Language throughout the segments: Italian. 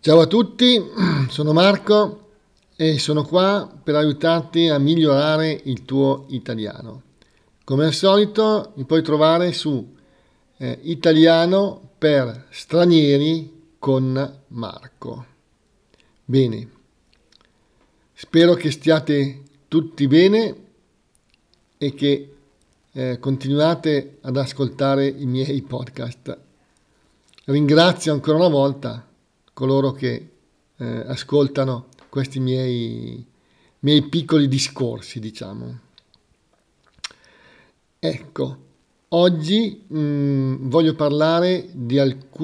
Ciao a tutti, sono Marco e sono qua per aiutarti a migliorare il tuo italiano. Come al solito mi puoi trovare su Italiano per stranieri con Marco. Bene, spero che stiate tutti bene e che continuate ad ascoltare i miei podcast. Ringrazio ancora una volta coloro che ascoltano questi miei piccoli discorsi, diciamo. Ecco, oggi voglio parlare di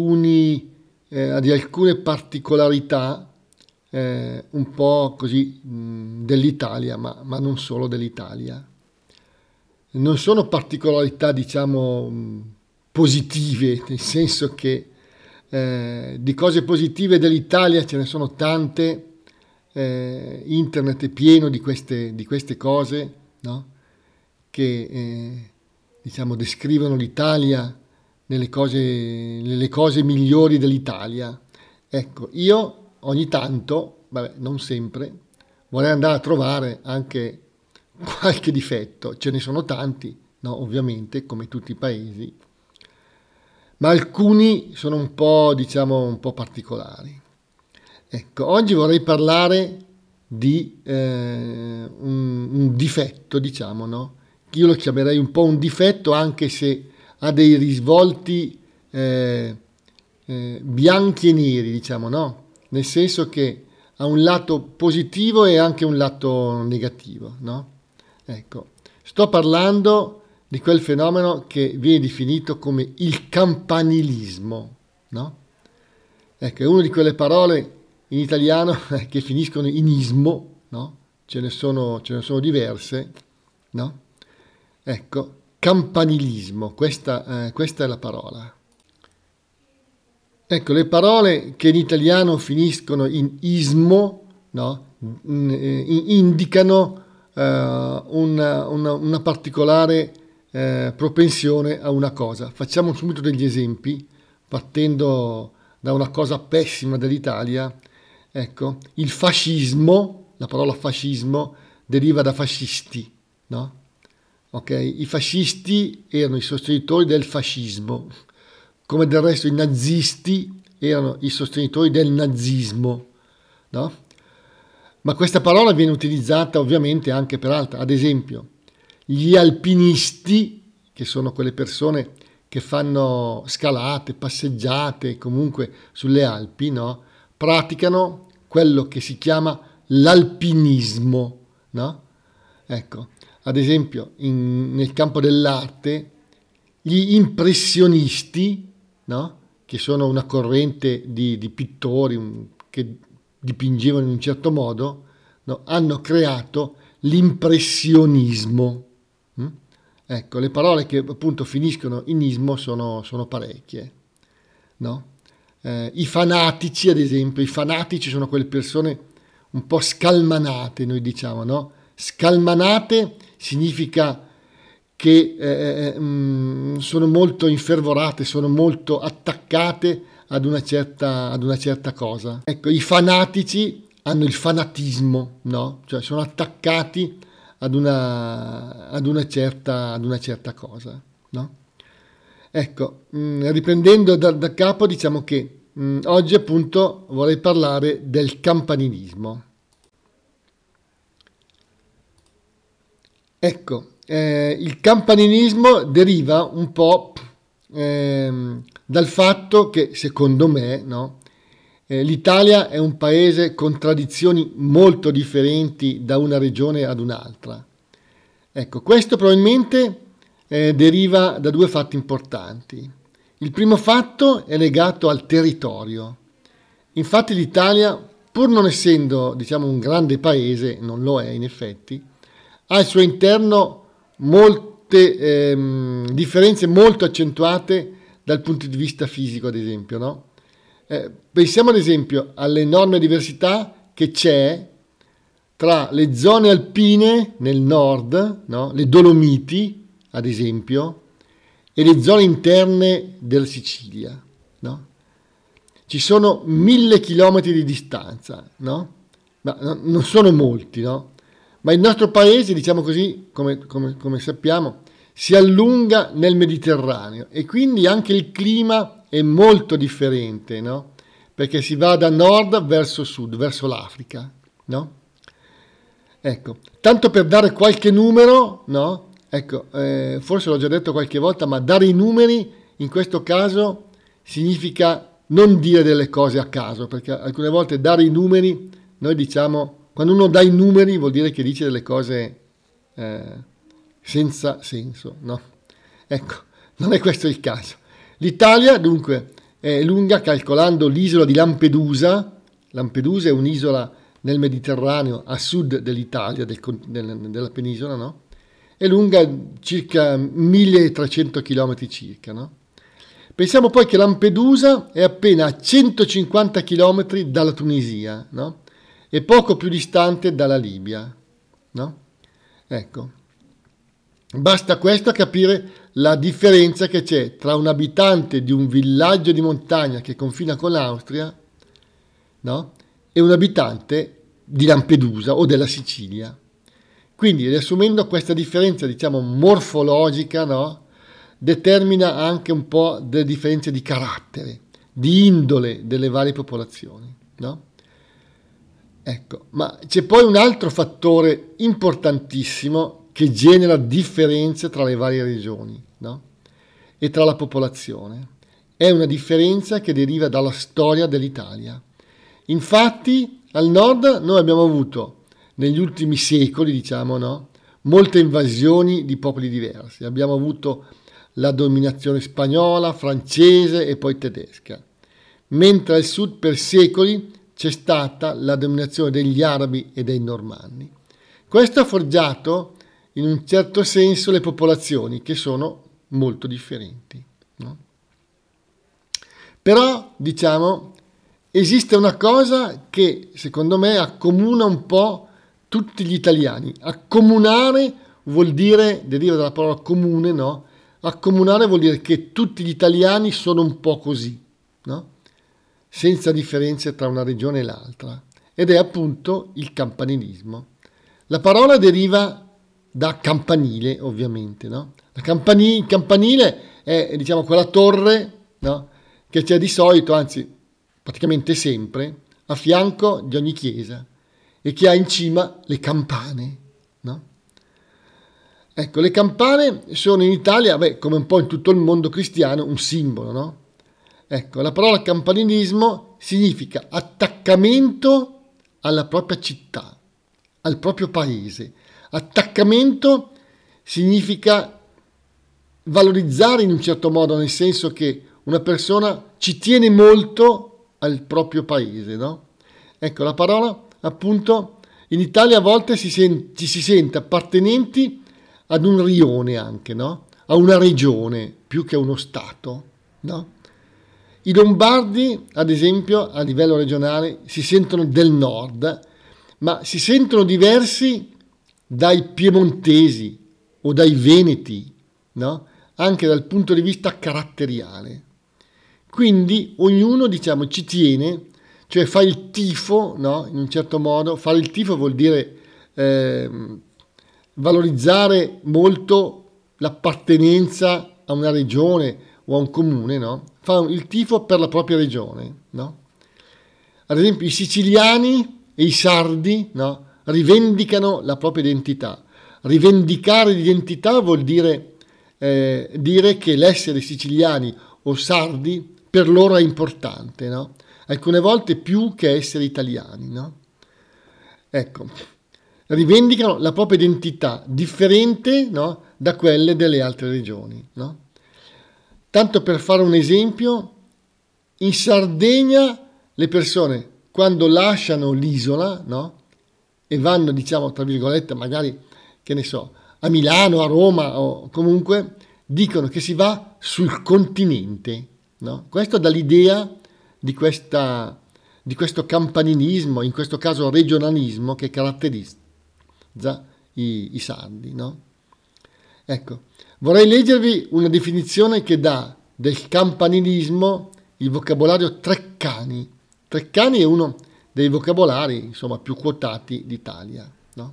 alcune particolarità un po' così dell'Italia, ma non solo dell'Italia. Non sono particolarità, diciamo, positive, nel senso che di cose positive dell'Italia ce ne sono tante, internet è pieno di queste cose, no? Che diciamo descrivono l'Italia nelle cose migliori dell'Italia. Ecco, io ogni tanto, vabbè, non sempre, vorrei andare a trovare anche qualche difetto. Ce ne sono tanti, no? Ovviamente, come tutti i paesi, ma alcuni sono un po', diciamo, un po' particolari. Ecco, oggi vorrei parlare di un difetto, diciamo, no? Io lo chiamerei un po' un difetto, anche se ha dei risvolti bianchi e neri, diciamo, no? Nel senso che ha un lato positivo e anche un lato negativo, no? Ecco, sto parlando di quel fenomeno che viene definito come il campanilismo, no? Ecco, è una di quelle parole in italiano che finiscono in ismo, no? Ce ne sono diverse, no? Ecco, campanilismo, questa è la parola. Ecco, le parole che in italiano finiscono in ismo, no? Indicano una particolare propensione a una cosa. Facciamo subito degli esempi, partendo da una cosa pessima dell'Italia. Ecco, il fascismo, la parola fascismo deriva da fascisti, no? Ok, i fascisti erano i sostenitori del fascismo, come del resto i nazisti erano i sostenitori del nazismo, no? Ma questa parola viene utilizzata ovviamente anche per altre. Ad esempio, gli alpinisti, che sono quelle persone che fanno scalate, passeggiate, comunque sulle Alpi, no? Praticano quello che si chiama l'alpinismo, no? Ecco, ad esempio, nel campo dell'arte, gli impressionisti, no? Che sono una corrente di pittori che dipingevano in un certo modo, no? Hanno creato l'impressionismo. Ecco, le parole che appunto finiscono in ismo sono parecchie, no? I fanatici, ad esempio, i fanatici sono quelle persone un po' scalmanate, noi diciamo, no? Scalmanate significa che sono molto infervorate, sono molto attaccate ad una certa cosa. Ecco, i fanatici hanno il fanatismo, no? Cioè sono attaccati ad una certa cosa, no? Ecco, riprendendo da capo, diciamo che oggi appunto vorrei parlare del campanilismo. Ecco, il campanilismo deriva un po' dal fatto che, secondo me, no, l'Italia è un paese con tradizioni molto differenti da una regione ad un'altra. Ecco, questo probabilmente deriva da due fatti importanti. Il primo fatto è legato al territorio. Infatti l'Italia, pur non essendo, diciamo, un grande paese, non lo è in effetti, ha al suo interno molte differenze molto accentuate dal punto di vista fisico, ad esempio, no? Pensiamo ad esempio all'enorme diversità che c'è tra le zone alpine nel nord, no? Le Dolomiti, ad esempio, e le zone interne della Sicilia, no? ci sono 1000 chilometri di distanza, no? Ma non sono molti, no? Ma il nostro paese, diciamo così, come sappiamo, si allunga nel Mediterraneo e quindi anche il clima è molto differente, no? Perché si va da nord verso sud, verso l'Africa, no? Ecco, tanto per dare qualche numero, no? Ecco, forse l'ho già detto qualche volta, ma dare i numeri in questo caso significa non dire delle cose a caso, perché alcune volte dare i numeri, noi diciamo, quando uno dà i numeri vuol dire che dice delle cose senza senso, no? Ecco, non è questo il caso. L'Italia, dunque, è lunga, calcolando l'isola di Lampedusa. Lampedusa è un'isola nel Mediterraneo a sud dell'Italia, della penisola, no? È lunga circa 1300 km circa, no? Pensiamo poi che Lampedusa è appena a 150 km dalla Tunisia, no? E poco più distante dalla Libia, no? Ecco, basta questo a capire la differenza che c'è tra un abitante di un villaggio di montagna che confina con l'Austria, no? E un abitante di Lampedusa o della Sicilia. Quindi, riassumendo, questa differenza, diciamo, morfologica, no? Determina anche un po' delle differenze di carattere, di indole delle varie popolazioni, no? Ecco, ma c'è poi un altro fattore importantissimo che genera differenze tra le varie regioni, no? E tra la popolazione. È una differenza che deriva dalla storia dell'Italia. Infatti, al nord noi abbiamo avuto, negli ultimi secoli, diciamo, no? Molte invasioni di popoli diversi. Abbiamo avuto la dominazione spagnola, francese e poi tedesca. Mentre al sud per secoli c'è stata la dominazione degli arabi e dei normanni. Questo ha forgiato in un certo senso le popolazioni, che sono molto differenti, no? Però, diciamo, esiste una cosa che secondo me accomuna un po' tutti gli italiani. Accomunare vuol dire, deriva dalla parola comune, no? Accomunare vuol dire che tutti gli italiani sono un po' così, no? Senza differenze tra una regione e l'altra, ed è appunto il campanilismo. La parola deriva da campanile, ovviamente, no? Il campanile è, diciamo, quella torre, no? Che c'è di solito, anzi praticamente sempre, a fianco di ogni chiesa e che ha in cima le campane, no? Ecco, le campane sono in Italia, come un po' in tutto il mondo cristiano, un simbolo, no? Ecco, la parola campanilismo significa attaccamento alla propria città, al proprio paese. Attaccamento significa valorizzare in un certo modo, nel senso che una persona ci tiene molto al proprio paese, no? Ecco, la parola, appunto, in Italia a volte ci si sente appartenenti ad un rione anche, no? A una regione più che a uno stato, no? I lombardi, ad esempio, a livello regionale, si sentono del nord, ma si sentono diversi dai piemontesi o dai veneti, no? Anche dal punto di vista caratteriale. Quindi ognuno, diciamo, ci tiene, cioè fa il tifo, no? In un certo modo. Fare il tifo vuol dire valorizzare molto l'appartenenza a una regione o a un comune, no? Fa il tifo per la propria regione, no? Ad esempio i siciliani e i sardi, no? Rivendicano la propria identità. Rivendicare l'identità vuol dire dire che l'essere siciliani o sardi per loro è importante, no? Alcune volte più che essere italiani, no? Ecco, rivendicano la propria identità differente, no? Da quelle delle altre regioni, no? Tanto per fare un esempio, in Sardegna le persone quando lasciano l'isola, no? E vanno, diciamo, tra virgolette, magari, che ne so, a Milano, a Roma o comunque, dicono che si va sul continente, no? Questo dà l'idea di questo campanilismo, in questo caso regionalismo, che caratterizza i sardi, no? Ecco, vorrei leggervi una definizione che dà del campanilismo il vocabolario Treccani. Treccani è uno dei vocabolari, insomma, più quotati d'Italia, no?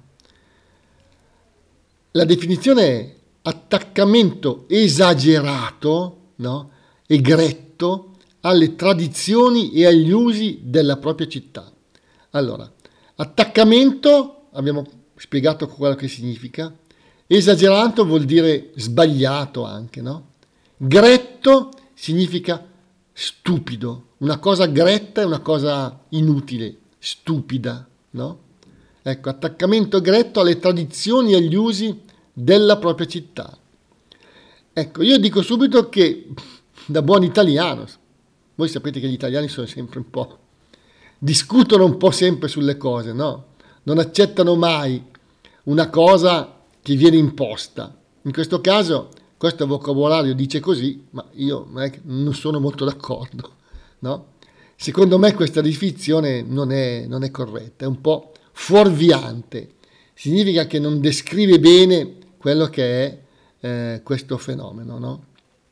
La definizione è attaccamento esagerato, no? E gretto alle tradizioni e agli usi della propria città. Allora, attaccamento, abbiamo spiegato quello che significa, esagerato vuol dire sbagliato anche, no? Gretto significa stupido, una cosa gretta è una cosa inutile, stupida, no? Ecco, attaccamento gretto alle tradizioni e agli usi della propria città. Ecco, io dico subito che da buon italiano, voi sapete che gli italiani sono sempre un po', discutono un po' sempre sulle cose, no? Non accettano mai una cosa che viene imposta. In questo caso, questo vocabolario dice così, ma io non sono molto d'accordo, no? Secondo me questa definizione non è corretta, è un po' fuorviante. Significa che non descrive bene quello che è questo fenomeno, no?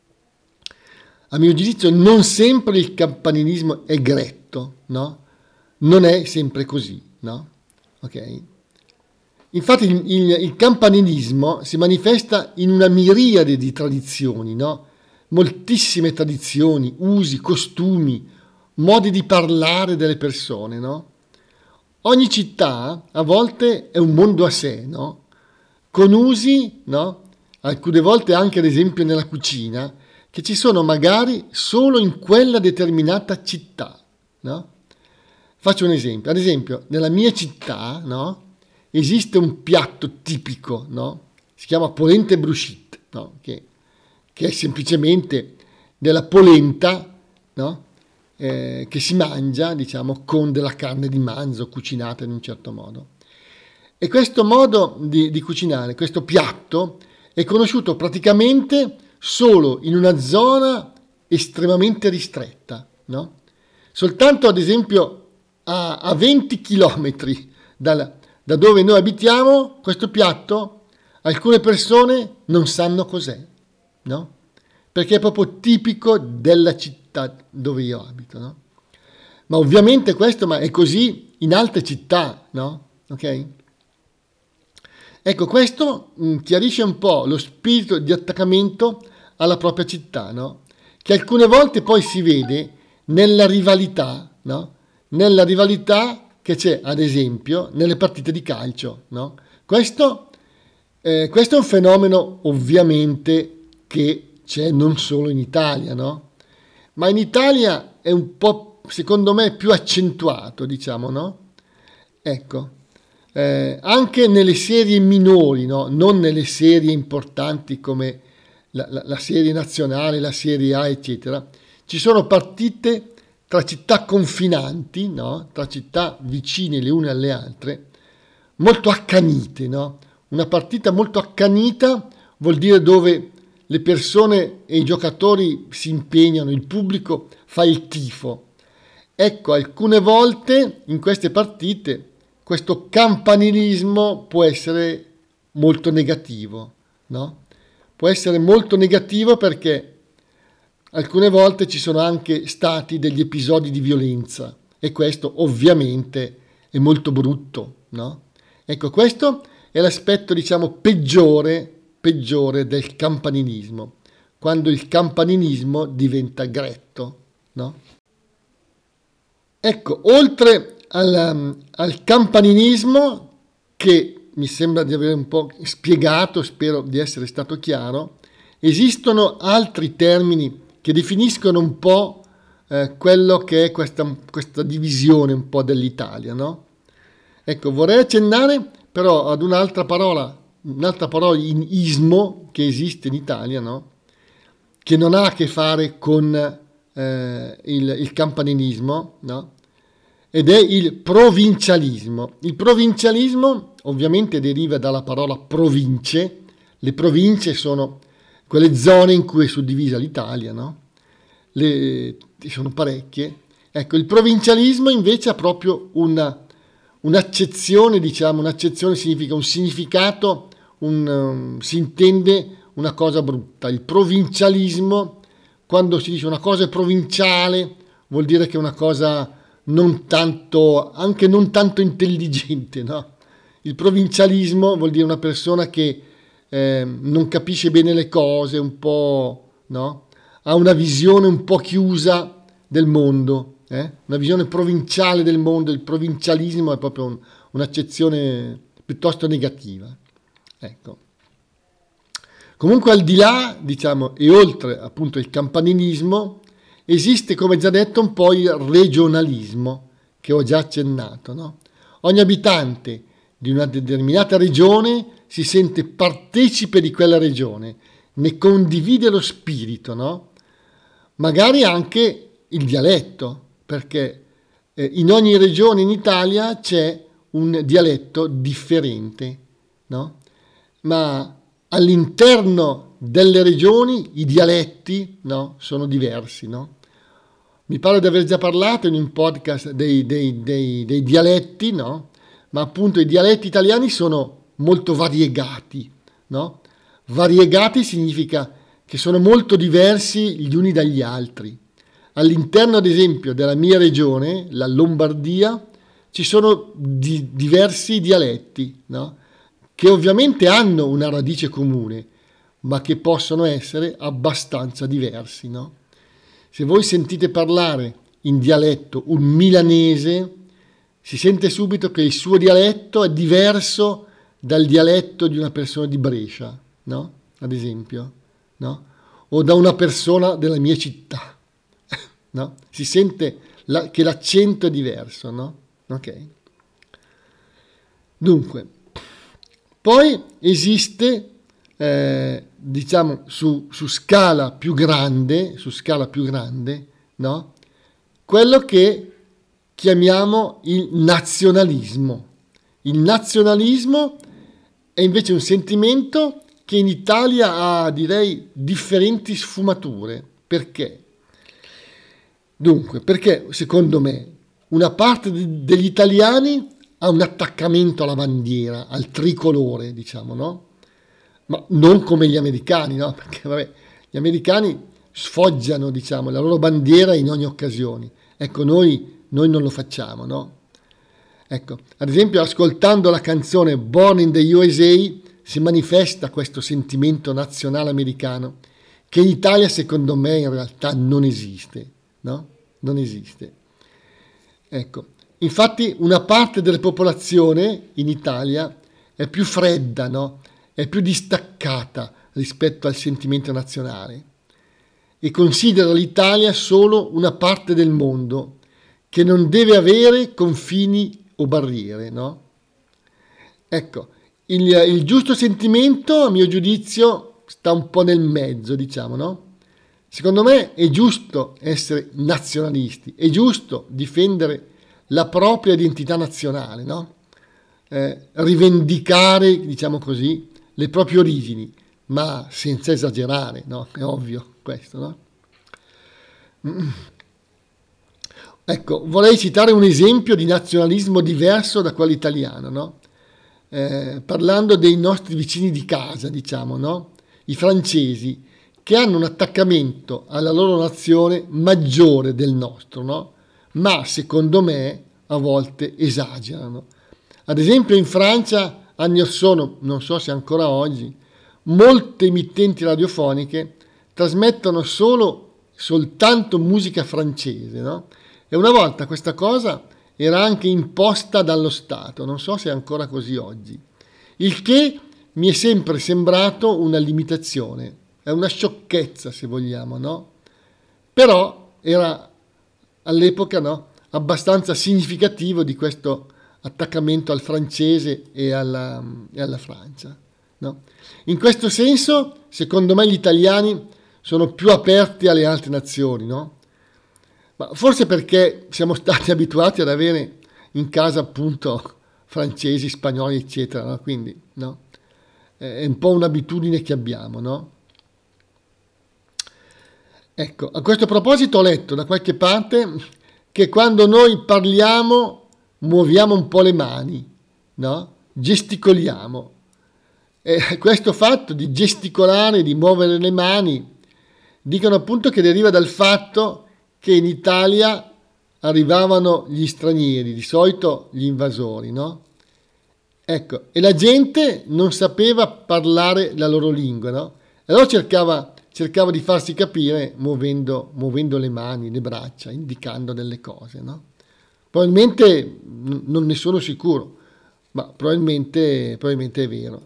A mio giudizio non sempre il campanilismo è gretto, no? Non è sempre così, no? Ok? Infatti il campanilismo si manifesta in una miriade di tradizioni, no? Moltissime tradizioni, usi, costumi, modi di parlare delle persone, no? Ogni città a volte è un mondo a sé, no? Con usi, no? Alcune volte anche ad esempio nella cucina, che ci sono magari solo in quella determinata città, no? Faccio un esempio. Ad esempio, nella mia città, no? Esiste un piatto tipico, no? Si chiama polenta e bruschetta, no? Che è semplicemente della polenta, no? Che si mangia, diciamo, con della carne di manzo cucinata in un certo modo. E questo modo di cucinare, questo piatto, è conosciuto praticamente solo in una zona estremamente ristretta, no? Soltanto, ad esempio, a 20 chilometri da dove noi abitiamo, questo piatto, alcune persone non sanno cos'è, no? Perché è proprio tipico della città dove io abito, no? Ma ovviamente questo è così in altre città, no? Ok? Ecco, questo chiarisce un po' lo spirito di attaccamento alla propria città, no? Che alcune volte poi si vede nella rivalità, no? Nella rivalità che c'è, ad esempio, nelle partite di calcio, no? Questo è un fenomeno ovviamente che c'è non solo in Italia, no? Ma in Italia è un po', secondo me, più accentuato, diciamo, no? Ecco, anche nelle serie minori, no? Non nelle serie importanti come la serie nazionale, la serie A, eccetera, ci sono partite tra città confinanti, no? Tra città vicine le une alle altre, molto accanite, no? Una partita molto accanita vuol dire dove le persone e i giocatori si impegnano, il pubblico fa il tifo. Ecco, alcune volte in queste partite questo campanilismo può essere molto negativo, no? Può essere molto negativo perché alcune volte ci sono anche stati degli episodi di violenza e questo ovviamente è molto brutto, no? Ecco, questo è l'aspetto, diciamo, peggiore del campanilismo, quando il campanilismo diventa gretto, no? Ecco, oltre al campanilismo, che mi sembra di aver un po' spiegato, spero di essere stato chiaro, esistono altri termini che definiscono un po' quello che è questa divisione un po' dell'Italia, no? Ecco, vorrei accennare però ad un'altra parola in ismo che esiste in Italia, no? Che non ha a che fare con il campanilismo, no? Ed è il provincialismo. Il provincialismo ovviamente deriva dalla parola province. Le province sono quelle zone in cui è suddivisa l'Italia, no? Sono parecchie. Ecco, il provincialismo invece ha proprio un'accezione, diciamo, un'accezione significa un significato, si intende una cosa brutta. Il provincialismo, quando si dice una cosa è provinciale, vuol dire che è una cosa non tanto, anche non tanto intelligente, no? Il provincialismo vuol dire una persona che non capisce bene le cose, un po', no? Ha una visione un po' chiusa del mondo, una visione provinciale del mondo. Il provincialismo è proprio un'accezione piuttosto negativa. Ecco. Comunque, al di là, diciamo, e oltre appunto il campanilismo, esiste, come già detto, un po' il regionalismo, che ho già accennato, no? Ogni abitante di una determinata regione si sente partecipe di quella regione, ne condivide lo spirito, no? Magari anche il dialetto, perché in ogni regione in Italia c'è un dialetto differente, no? Ma all'interno delle regioni i dialetti, no, sono diversi, no? Mi pare di aver già parlato in un podcast dei dialetti, no? Ma appunto i dialetti italiani sono molto variegati, no? Variegati significa che sono molto diversi gli uni dagli altri. All'interno, ad esempio, della mia regione, la Lombardia, ci sono diversi dialetti, no? Che ovviamente hanno una radice comune, ma che possono essere abbastanza diversi, no? Se voi sentite parlare in dialetto un milanese, si sente subito che il suo dialetto è diverso dal dialetto di una persona di Brescia, no? Ad esempio, no? O da una persona della mia città, no? Si sente che l'accento è diverso, no? Ok. Dunque, poi esiste, diciamo, su scala più grande, no? Quello che chiamiamo il nazionalismo. Il nazionalismo è invece un sentimento che in Italia ha, direi, differenti sfumature. Perché? Dunque, perché secondo me una parte degli italiani ha un attaccamento alla bandiera, al tricolore, diciamo, no? Ma non come gli americani, no? Perché, vabbè, gli americani sfoggiano, diciamo, la loro bandiera in ogni occasione. Ecco, noi non lo facciamo, no? Ecco, ad esempio, ascoltando la canzone Born in the USA si manifesta questo sentimento nazionale americano che in Italia, secondo me, in realtà non esiste, no? Non esiste. Ecco, infatti una parte della popolazione in Italia è più fredda, no? È più distaccata rispetto al sentimento nazionale e considera l'Italia solo una parte del mondo che non deve avere confini o barriere, no? Ecco, il giusto sentimento, a mio giudizio, sta un po' nel mezzo, diciamo, no? Secondo me è giusto essere nazionalisti, è giusto difendere la propria identità nazionale, no? Rivendicare, diciamo così, le proprie origini, ma senza esagerare, no? È ovvio questo, no? Ecco, vorrei citare un esempio di nazionalismo diverso da quello italiano, no? Parlando dei nostri vicini di casa, diciamo, no? I francesi, che hanno un attaccamento alla loro nazione maggiore del nostro, no? Ma secondo me a volte esagerano. Ad esempio in Francia, anni or sono, non so se ancora oggi, molte emittenti radiofoniche trasmettono soltanto musica francese, no? E una volta questa cosa era anche imposta dallo Stato, non so se è ancora così oggi, il che mi è sempre sembrato una limitazione, è una sciocchezza se vogliamo, no? Però era all'epoca, no, abbastanza significativo di questo attaccamento al francese e alla Francia, no? In questo senso, secondo me, gli italiani sono più aperti alle altre nazioni, no? Ma forse perché siamo stati abituati ad avere in casa appunto francesi, spagnoli, eccetera, no? Quindi, no? È un po' un'abitudine che abbiamo, no? Ecco, a questo proposito ho letto da qualche parte che quando noi parliamo muoviamo un po' le mani, no? Gesticoliamo. E questo fatto di gesticolare, di muovere le mani, Dicono appunto che deriva dal fatto che in Italia arrivavano gli stranieri, di solito gli invasori, no? Ecco, e la gente non sapeva parlare la loro lingua, no? E allora cercava di farsi capire muovendo le mani, le braccia, indicando delle cose, no? Probabilmente, non ne sono sicuro, ma probabilmente è vero.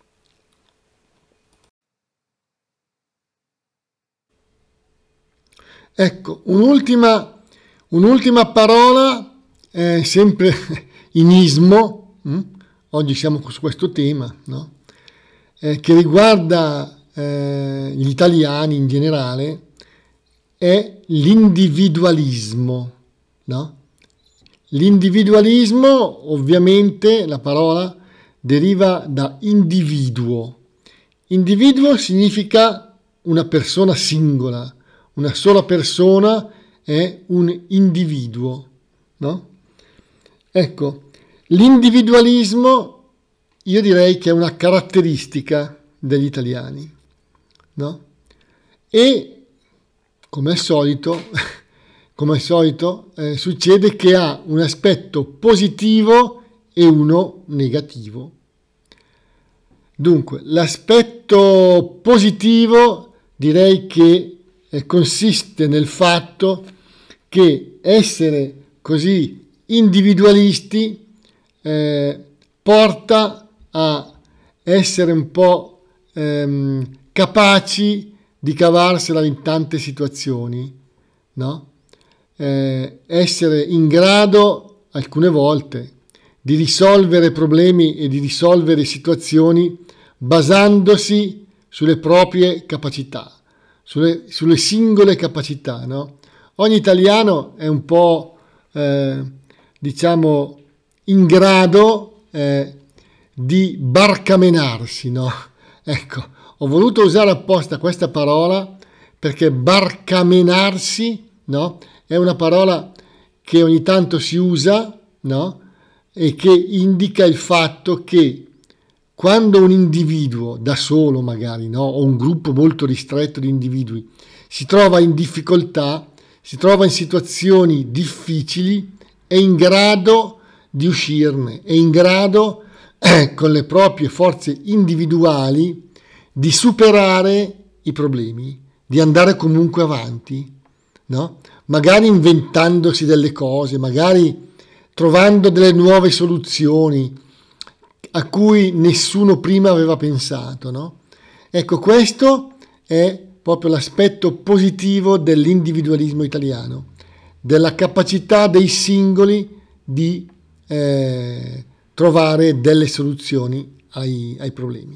Ecco, un'ultima parola, sempre in ismo, oggi siamo su questo tema, no? Che riguarda gli italiani in generale, è l'individualismo, no? L'individualismo, ovviamente, la parola deriva da individuo. Individuo significa una persona singola, una sola persona è un individuo, no? Ecco, l'individualismo io direi che è una caratteristica degli italiani, no? E come al solito, succede che ha un aspetto positivo e uno negativo. Dunque, l'aspetto positivo direi che consiste nel fatto che essere così individualisti porta a essere un po' capaci di cavarsela in tante situazioni, no? Essere in grado alcune volte di risolvere problemi e di risolvere situazioni basandosi sulle proprie capacità, sulle singole capacità, no? Ogni italiano è un po' diciamo in grado di barcamenarsi, no? Ecco, ho voluto usare apposta questa parola perché barcamenarsi, no? È una parola che ogni tanto si usa, no? E che indica il fatto che quando un individuo da solo magari, no? O un gruppo molto ristretto di individui si trova in difficoltà, si trova in situazioni difficili, è in grado di uscirne, è in grado con le proprie forze individuali di superare i problemi, di andare comunque avanti, no? Magari inventandosi delle cose, magari trovando delle nuove soluzioni a cui nessuno prima aveva pensato, no? Ecco, questo è proprio l'aspetto positivo dell'individualismo italiano, della capacità dei singoli di trovare delle soluzioni ai problemi.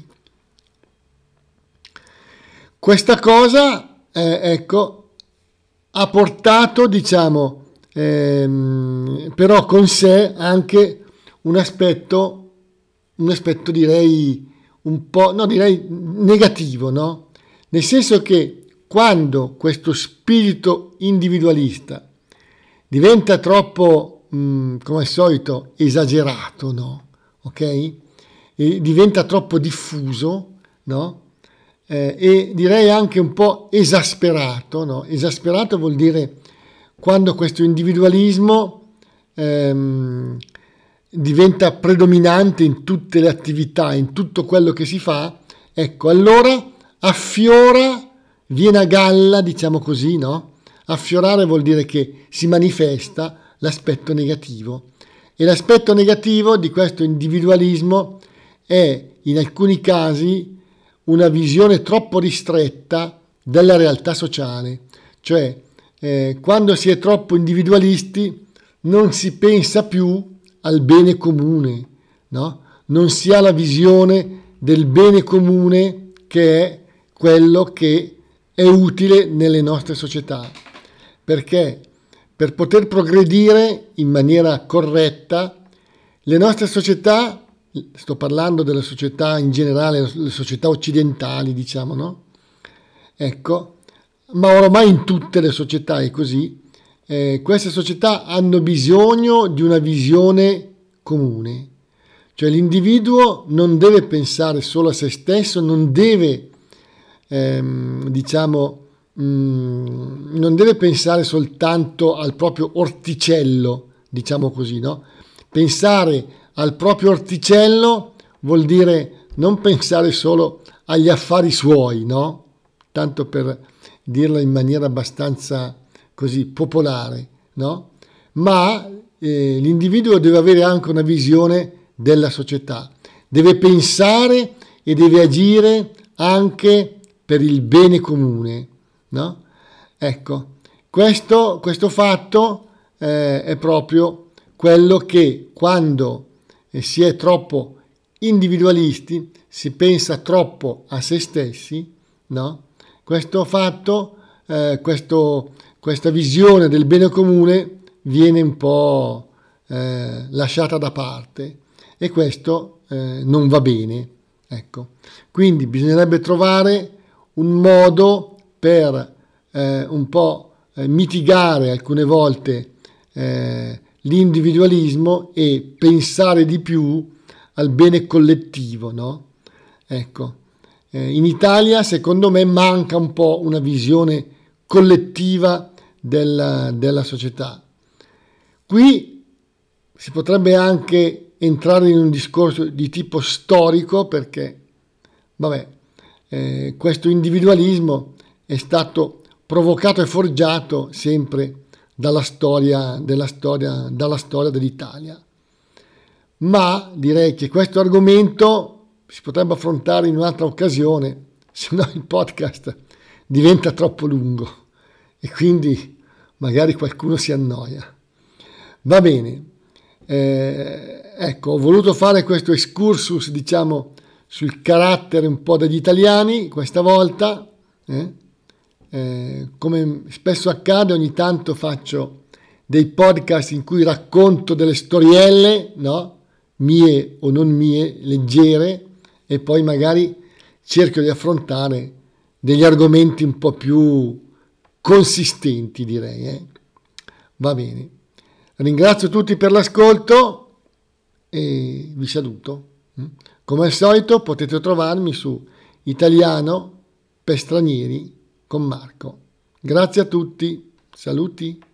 Questa cosa, ecco, ha portato, diciamo, però con sé anche un aspetto direi un po', no, direi negativo, no? Nel senso che quando questo spirito individualista diventa troppo, come al solito, esagerato, no? Ok? E diventa troppo diffuso, no? E direi anche un po' esasperato, no? Esasperato vuol dire quando questo individualismo diventa predominante in tutte le attività, in tutto quello che si fa, ecco, allora affiora, viene a galla, diciamo così, no? Affiorare vuol dire che si manifesta l'aspetto negativo. E l'aspetto negativo di questo individualismo è, in alcuni casi, una visione troppo ristretta della realtà sociale. Cioè, quando si è troppo individualisti, non si pensa più al bene comune, no? Non si ha la visione del bene comune che è quello che è utile nelle nostre società, perché per poter progredire in maniera corretta le nostre società, sto parlando della società in generale, le società occidentali, diciamo, no? Ecco, ma ormai in tutte le società è così. Queste società hanno bisogno di una visione comune, cioè l'individuo non deve pensare solo a se stesso, non deve non deve pensare soltanto al proprio orticello, diciamo così, no? Pensare al proprio orticello vuol dire non pensare solo agli affari suoi, no? Tanto per dirlo in maniera abbastanza così popolare, no? Ma l'individuo deve avere anche una visione della società, deve pensare e deve agire anche per il bene comune, no? Ecco, questo fatto è proprio quello che quando si è troppo individualisti, si pensa troppo a se stessi, no? Questo fatto, questa visione del bene comune viene un po' lasciata da parte e questo non va bene. Ecco. Quindi bisognerebbe trovare un modo per un po' mitigare alcune volte l'individualismo e pensare di più al bene collettivo, no? Ecco, in Italia secondo me manca un po' una visione collettiva della società. Qui si potrebbe anche entrare in un discorso di tipo storico perché, questo individualismo è stato provocato e forgiato sempre dalla storia dell'Italia. Ma direi che questo argomento si potrebbe affrontare in un'altra occasione, se no il podcast diventa troppo lungo e quindi magari qualcuno si annoia. Va bene, ecco, ho voluto fare questo excursus, diciamo, sul carattere un po' degli italiani questa volta. Come spesso accade, ogni tanto faccio dei podcast in cui racconto delle storielle, no? Mie o non mie, leggere, e poi magari cerco di affrontare degli argomenti un po' più consistenti, direi. Va bene. Ringrazio tutti per l'ascolto e vi saluto. Come al solito potete trovarmi su Italiano per Stranieri con Marco. Grazie a tutti, saluti.